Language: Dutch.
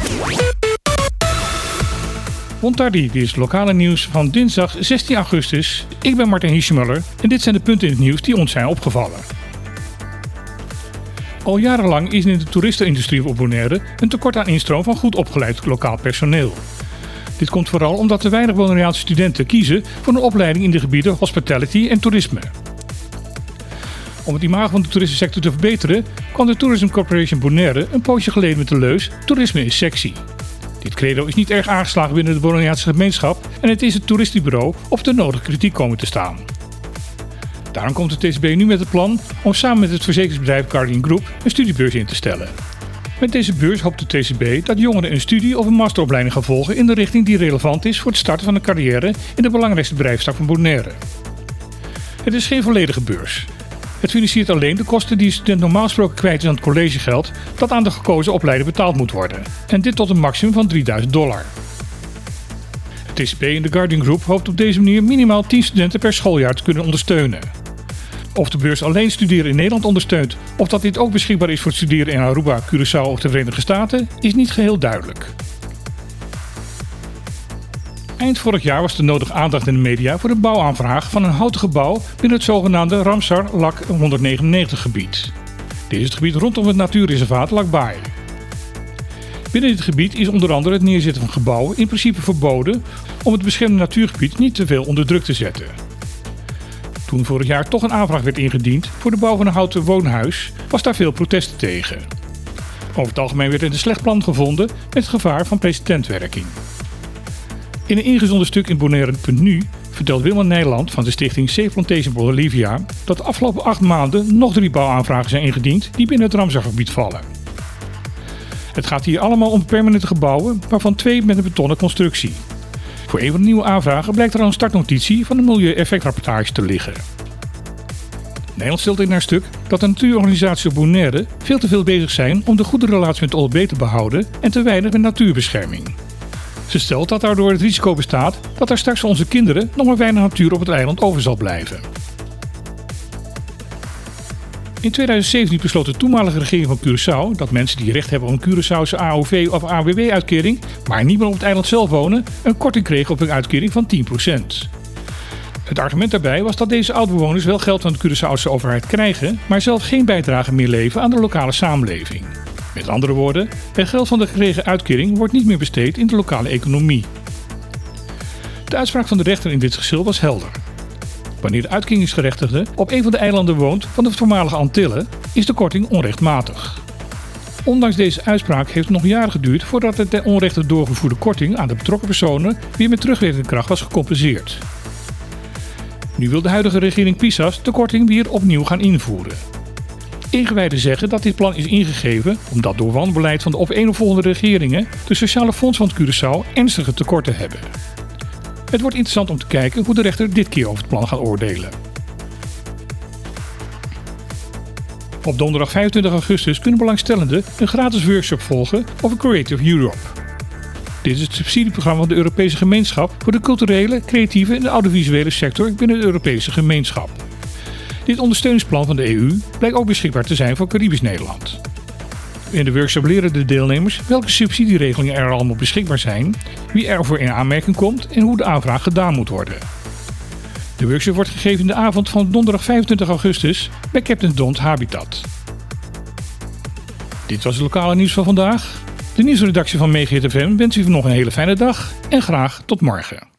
Montardi, dit is het lokale nieuws van dinsdag 16 augustus. Ik ben Martin Hiesemuller en dit zijn de punten in het nieuws die ons zijn opgevallen. Al jarenlang is in de toeristenindustrie op Bonaire een tekort aan instroom van goed opgeleid lokaal personeel. Dit komt vooral omdat te weinig Bonaireaanse studenten kiezen voor een opleiding in de gebieden hospitality en toerisme. Om het imago van de toeristensector te verbeteren, kwam de Tourism Corporation Bonaire een poosje geleden met de leus toerisme is sexy. Dit credo is niet erg aangeslagen binnen de Bonaireaanse gemeenschap en het is het toeristenbureau op de nodige kritiek komen te staan. Daarom komt de TCB nu met het plan om samen met het verzekeringsbedrijf Guardian Group een studiebeurs in te stellen. Met deze beurs hoopt de TCB dat jongeren een studie of een masteropleiding gaan volgen in de richting die relevant is voor het starten van een carrière in de belangrijkste bedrijfstak van Bonaire. Het is geen volledige beurs. Het financiert alleen de kosten die een student normaal gesproken kwijt is aan het collegegeld dat aan de gekozen opleider betaald moet worden. En dit tot een maximum van $3000. Het TCB en de Guardian Group hoopt op deze manier minimaal 10 studenten per schooljaar te kunnen ondersteunen. Of de beurs alleen studeren in Nederland ondersteunt of dat dit ook beschikbaar is voor het studeren in Aruba, Curaçao of de Verenigde Staten is niet geheel duidelijk. Eind vorig jaar was er nodig aandacht in de media voor de bouwaanvraag van een houten gebouw binnen het zogenaamde Ramsar Lak 199 gebied. Dit is het gebied rondom het natuurreservaat Lac Baai. Binnen dit gebied is onder andere het neerzetten van gebouwen in principe verboden om het beschermde natuurgebied niet te veel onder druk te zetten. Toen vorig jaar toch een aanvraag werd ingediend voor de bouw van een houten woonhuis, was daar veel protest tegen. Over het algemeen werd er een slecht plan gevonden met het gevaar van precedentwerking. In een ingezonden stuk in Bonaire.nu vertelt Wilma Nijland van de stichting Safe Plantation Bolivia dat de afgelopen 8 maanden nog 3 bouwaanvragen zijn ingediend die binnen het Ramsar-gebied vallen. Het gaat hier allemaal om permanente gebouwen, waarvan 2 met een betonnen constructie. Voor een van de nieuwe aanvragen blijkt er al een startnotitie van de milieueffectrapportage te liggen. Nederland stelt in haar stuk dat de natuurorganisaties op Bonaire veel te veel bezig zijn om de goede relatie met de OLB te behouden en te weinig met natuurbescherming. Ze stelt dat daardoor het risico bestaat dat er straks voor onze kinderen nog maar weinig natuur op het eiland over zal blijven. In 2017 besloot de toenmalige regering van Curaçao dat mensen die recht hebben op een Curaçaose AOV of AWW-uitkering, maar niet meer op het eiland zelf wonen, een korting kregen op een uitkering van 10%. Het argument daarbij was dat deze oudbewoners wel geld van de Curaçaose overheid krijgen, maar zelf geen bijdrage meer leveren aan de lokale samenleving. Met andere woorden, het geld van de gekregen uitkering wordt niet meer besteed in de lokale economie. De uitspraak van de rechter in dit geschil was helder. Wanneer de uitkeringsgerechtigde op een van de eilanden woont van de voormalige Antillen, is de korting onrechtmatig. Ondanks deze uitspraak heeft het nog jaren geduurd voordat de ten onrechte doorgevoerde korting aan de betrokken personen weer met terugwerkende kracht was gecompenseerd. Nu wil de huidige regering Pisas de korting weer opnieuw gaan invoeren. Ingewijden zeggen dat dit plan is ingegeven omdat door wanbeleid van de opeenvolgende regeringen de sociale fondsen van het Curaçao ernstige tekorten hebben. Het wordt interessant om te kijken hoe de rechter dit keer over het plan gaat oordelen. Op donderdag 25 augustus kunnen belangstellenden een gratis workshop volgen over Creative Europe. Dit is het subsidieprogramma van de Europese gemeenschap voor de culturele, creatieve en audiovisuele sector binnen de Europese gemeenschap. Dit ondersteuningsplan van de EU blijkt ook beschikbaar te zijn voor Caribisch Nederland. In de workshop leren de deelnemers welke subsidieregelingen er allemaal beschikbaar zijn, wie ervoor in aanmerking komt en hoe de aanvraag gedaan moet worden. De workshop wordt gegeven in de avond van donderdag 25 augustus bij Captain Don's Habitat. Dit was het lokale nieuws van vandaag. De nieuwsredactie van MegaHit FM wens u nog een hele fijne dag en graag tot morgen.